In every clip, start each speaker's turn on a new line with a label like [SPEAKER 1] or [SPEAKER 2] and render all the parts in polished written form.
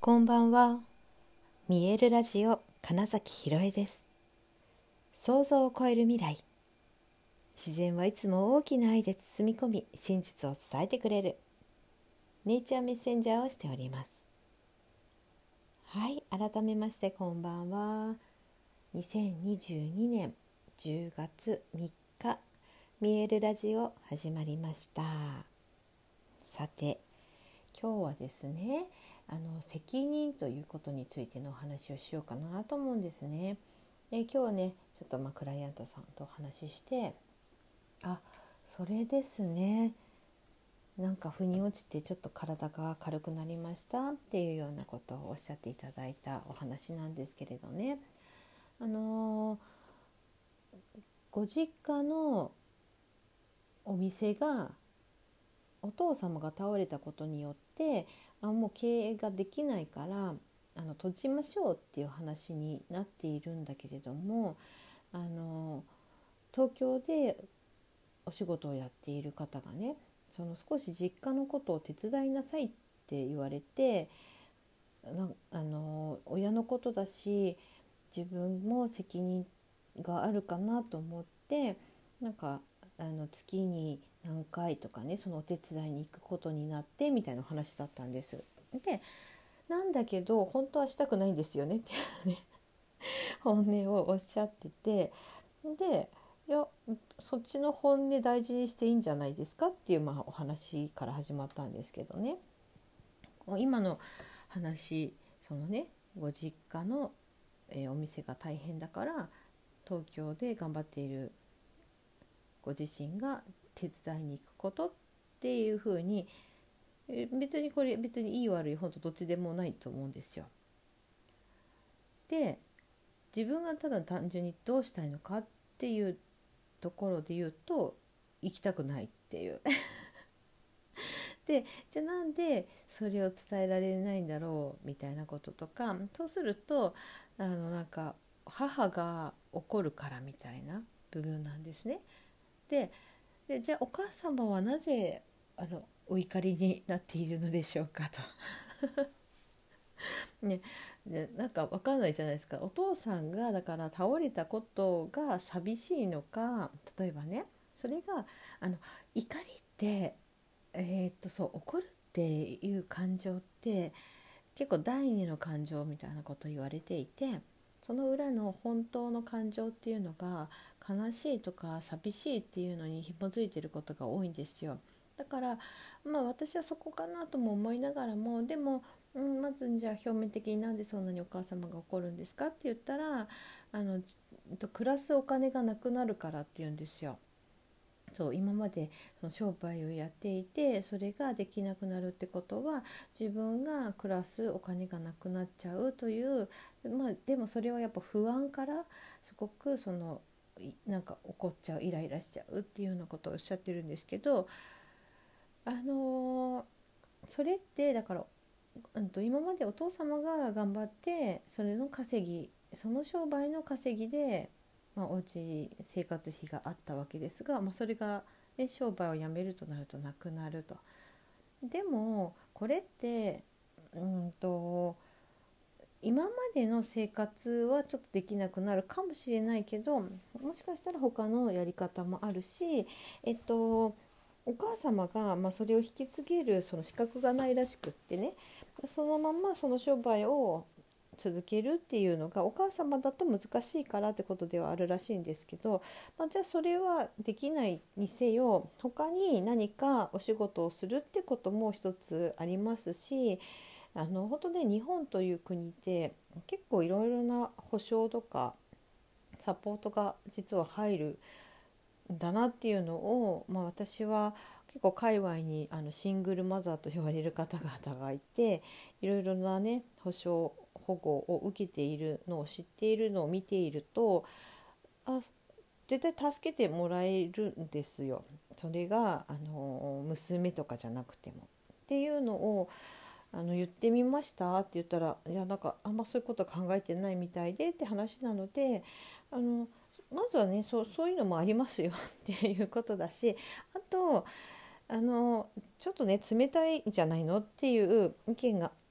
[SPEAKER 1] こんばんは。見えるラジオ金崎ひろえです。想像を超える未来。自然はいつも大きな愛で包み込み、真実を伝えてくれるネイチャーメッセンジャーをしております。はい、改めましてこんばんは。2022年10月3日、見えるラジオ始まりました。さて、今日はですね、責任ということについてのお話をしようかなと思うんですね。今日はねちょっとクライアントさんとお話しして、それですね、なんか腑に落ちてちょっと体が軽くなりましたっていうようなことをおっしゃっていただいたお話なんですけれどね、ご実家のお店がお父様が倒れたことによってもう経営ができないから閉じましょうっていう話になっているんだけれども、東京でお仕事をやっている方がね、その少し実家のことを手伝いなさいって言われて、親のことだし自分も責任があるかなと思って、月に何回とかね、そのお手伝いに行くことになってみたいな話だったんです。で、なんだけど本当はしたくないんですよねっていうね本音をおっしゃってて、で、いやそっちの本音大事にしていいんじゃないですかっていう、お話から始まったんですけどね。今の話、そのね、ご実家の、お店が大変だから東京で頑張っているご自身が手伝いに行くことっていうふうに、別にいい悪い本当どっちでもないと思うんですよ。で、自分がただ単純にどうしたいのかっていうところで言うと、行きたくないっていうで、じゃあなんでそれを伝えられないんだろうみたいなこととか、そうすると母が怒るからみたいな部分なんですね。で、じゃあお母様はなぜお怒りになっているのでしょうかとね、で分かんないじゃないですか。お父さんがだから倒れたことが寂しいのか、例えばね、それが怒りって、怒るっていう感情って結構第二の感情みたいなこと言われていて、その裏の本当の感情っていうのが悲しいとか寂しいっていうのに紐づいていることが多いんですよ。だから私はそこかなとも思いながらも、でも、まずじゃあ表面的になんでそんなにお母様が怒るんですかって言ったら、暮らすお金がなくなるからって言うんですよ。そう、今までその商売をやっていてそれができなくなるってことは、自分が暮らすお金がなくなっちゃうという、でもそれはやっぱ不安からすごく怒っちゃう、イライラしちゃうっていうようなことをおっしゃってるんですけど、それってだから、今までお父様が頑張ってそれの稼ぎ、その商売の稼ぎで、お家生活費があったわけですが、それが、ね、商売を辞めるとなるとなくなると。でもこれって今までの生活はちょっとできなくなるかもしれないけど、もしかしたら他のやり方もあるし、お母様が、それを引き継げるその資格がないらしくってね、そのままその商売を続けるっていうのがお母様だと難しいからってことではあるらしいんですけど、じゃあそれはできないにせよ他に何かお仕事をするってことも一つありますし、本当ね、日本という国って結構いろいろな保障とかサポートが実は入るんだなっていうのを、私は結構界隈にシングルマザーと言われる方々がいて、いろいろなね保護を受けているのを知っているのを見ていると、絶対助けてもらえるんですよ。それが娘とかじゃなくてもっていうのを言ってみましたって言ったら、いやあんまそういうこと考えてないみたいでって話なので、まずはね、そういうのもありますよっていうことだし、あとちょっとね冷たいんじゃないのっていう意見があ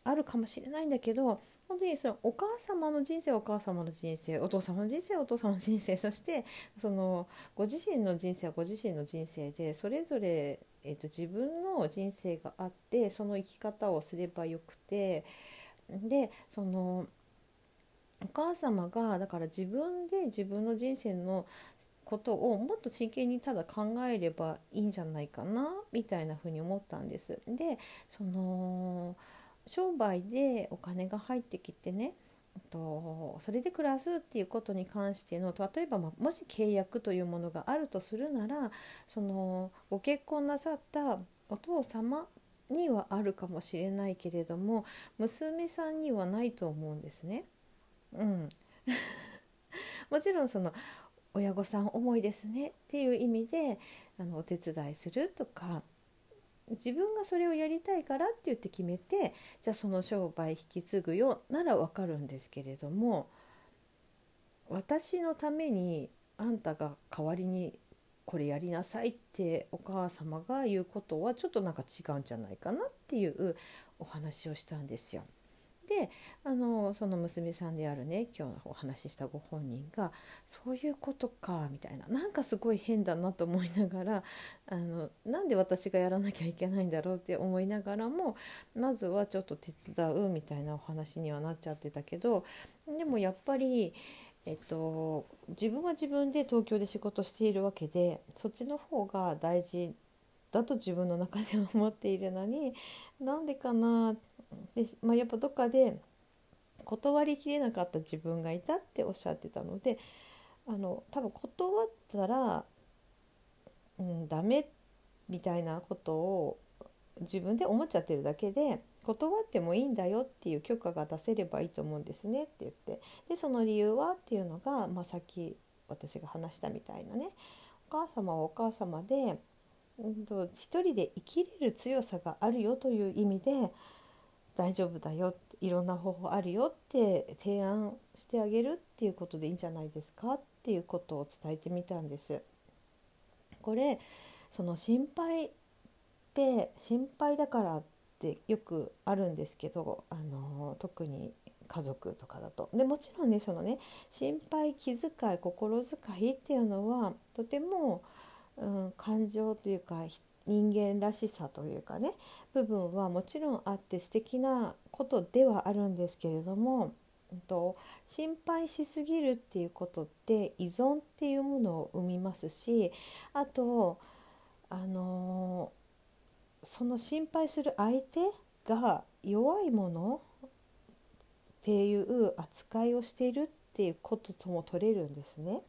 [SPEAKER 1] あるかもしれないんだけど、本当にそのお母様の人生はお母様の人生、お父様の人生はお父様の人生、そしてそのご自身の人生はご自身の人生で、それぞれ、自分の人生があって、その生き方をすればよくて、でそのお母様がだから自分で自分の人生のことをもっと真剣にただ考えればいいんじゃないかなみたいな風に思ったんです。でその商売でお金が入ってきてね、それで暮らすっていうことに関しての、例えば、もし契約というものがあるとするなら、そのご結婚なさったお父様にはあるかもしれないけれども、娘さんにはないと思うんですね。うん、もちろんその親御さん思いですねっていう意味でお手伝いするとか、自分がそれをやりたいからって言って決めて、じゃあその商売引き継ぐよならわかるんですけれども、私のためにあんたが代わりにこれやりなさいってお母様が言うことはちょっとなんか違うんじゃないかなっていうお話をしたんですよ。でその娘さんであるね、今日お話ししたご本人がそういうことかみたいな、なんかすごい変だなと思いながら、なんで私がやらなきゃいけないんだろうって思いながらも、まずはちょっと手伝うみたいなお話にはなっちゃってたけど、でもやっぱり、自分は自分で東京で仕事しているわけで、そっちの方が大事だと自分の中では思っているのに、なんでかなで、やっぱどっかで断りきれなかった自分がいたっておっしゃってたので、多分断ったら、ダメみたいなことを自分で思っちゃってるだけで、断ってもいいんだよっていう許可が出せればいいと思うんですねって言って、でその理由はっていうのが、さっき私が話したみたいなね、お母様はお母様で、一人で生きれる強さがあるよという意味で、大丈夫だよ、いろんな方法あるよって提案してあげるっていうことでいいんじゃないですかっていうことを伝えてみたんです。これその心配だからってよくあるんですけど、特に家族とかだと。でもちろんね、そのね、心配、気遣い、心遣いっていうのはとても、感情というか人間らしさというかね、部分はもちろんあって素敵なことではあるんですけれども、心配しすぎるっていうことって依存っていうものを生みますし、あとその心配する相手が弱いものっていう扱いをしているっていうこととも取れるんですね。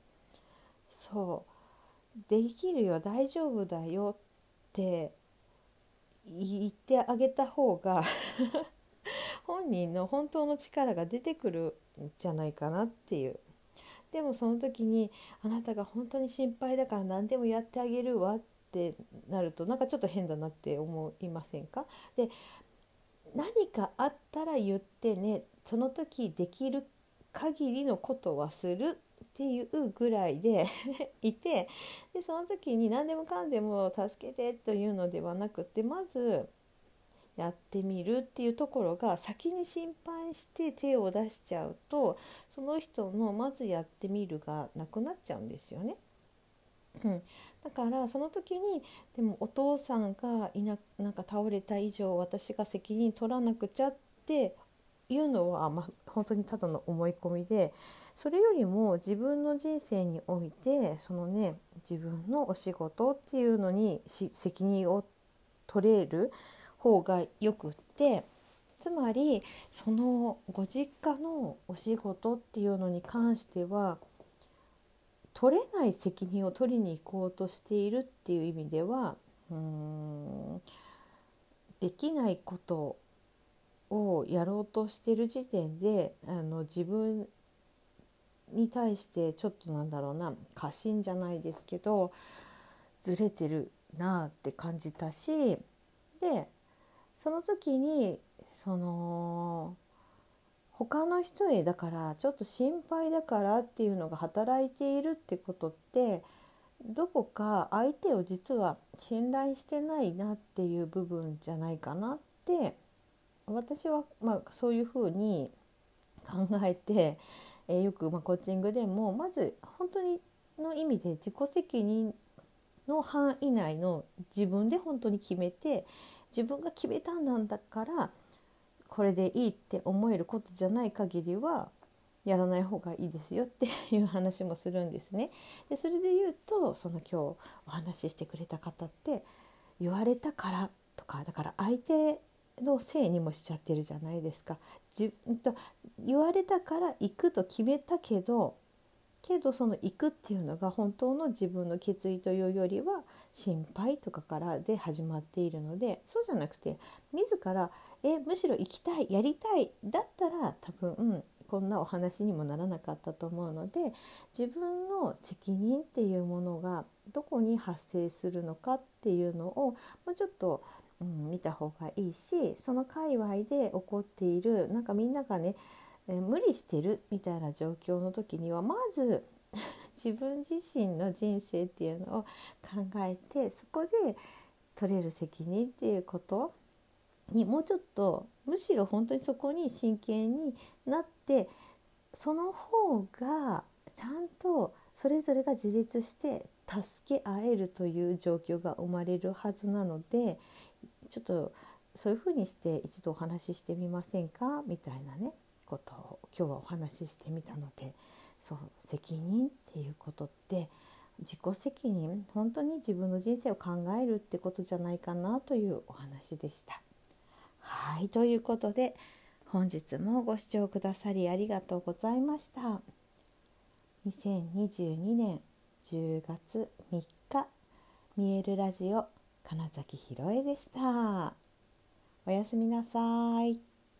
[SPEAKER 1] できるよ、大丈夫だよって言ってあげた方が本人の本当の力が出てくるんじゃないかなっていう。でもその時にあなたが本当に心配だから何でもやってあげるわってなると、なんかちょっと変だなって思いませんか？で、何かあったら言ってね、その時できる限りのことはするっていうぐらいでいて、でその時に何でもかんでも助けてというのではなくて、まずやってみるっていうところが、先に心配して手を出しちゃうと、その人のまずやってみるがなくなっちゃうんですよね。だからその時に、でもお父さんがなんか倒れた以上私が責任取らなくちゃっていうのは、本当にただの思い込みで、それよりも自分の人生においてそのね、自分のお仕事っていうのに責任を取れる方がよくって、つまりそのご実家のお仕事っていうのに関しては取れない責任を取りに行こうとしているっていう意味では、できないことをやろうとしている時点で自分に対してちょっと過信じゃないですけどずれてるなって感じたし、でその時に他の人へだからちょっと心配だからっていうのが働いているってことって、どこか相手を実は信頼してないなっていう部分じゃないかなって私はそういうふうに考えて、よくコーチングでもまず本当にの意味で自己責任の範囲内の自分で本当に決めて、自分が決めたんだからこれでいいって思えることじゃない限りはやらない方がいいですよっていう話もするんですね。でそれで言うと、その今日お話ししてくれた方って言われたからとか、だから相手のせいにもしちゃってるじゃないですか。言われたから行くと決めたけどその行くっていうのが本当の自分の決意というよりは心配とかからで始まっているので、そうじゃなくて自らむしろ行きたい、やりたいだったら多分、こんなお話にもならなかったと思うので、自分の責任っていうものがどこに発生するのかっていうのをもうちょっと、見た方がいいし、その界隈で起こっているみんながね無理してるみたいな状況の時にはまず自分自身の人生っていうのを考えて、そこで取れる責任っていうことにもうちょっと、むしろ本当にそこに真剣になって、その方がちゃんとそれぞれが自立して助け合えるという状況が生まれるはずなので、ちょっとそういうふうにして一度お話ししてみませんかみたいなねことを今日はお話ししてみたので、そう責任っていうことって自己責任、本当に自分の人生を考えるってことじゃないかなというお話でした。はい、ということで本日もご視聴くださりありがとうございました。2022年10月3日、見えるラジオ金崎ひろえでした。おやすみなさい。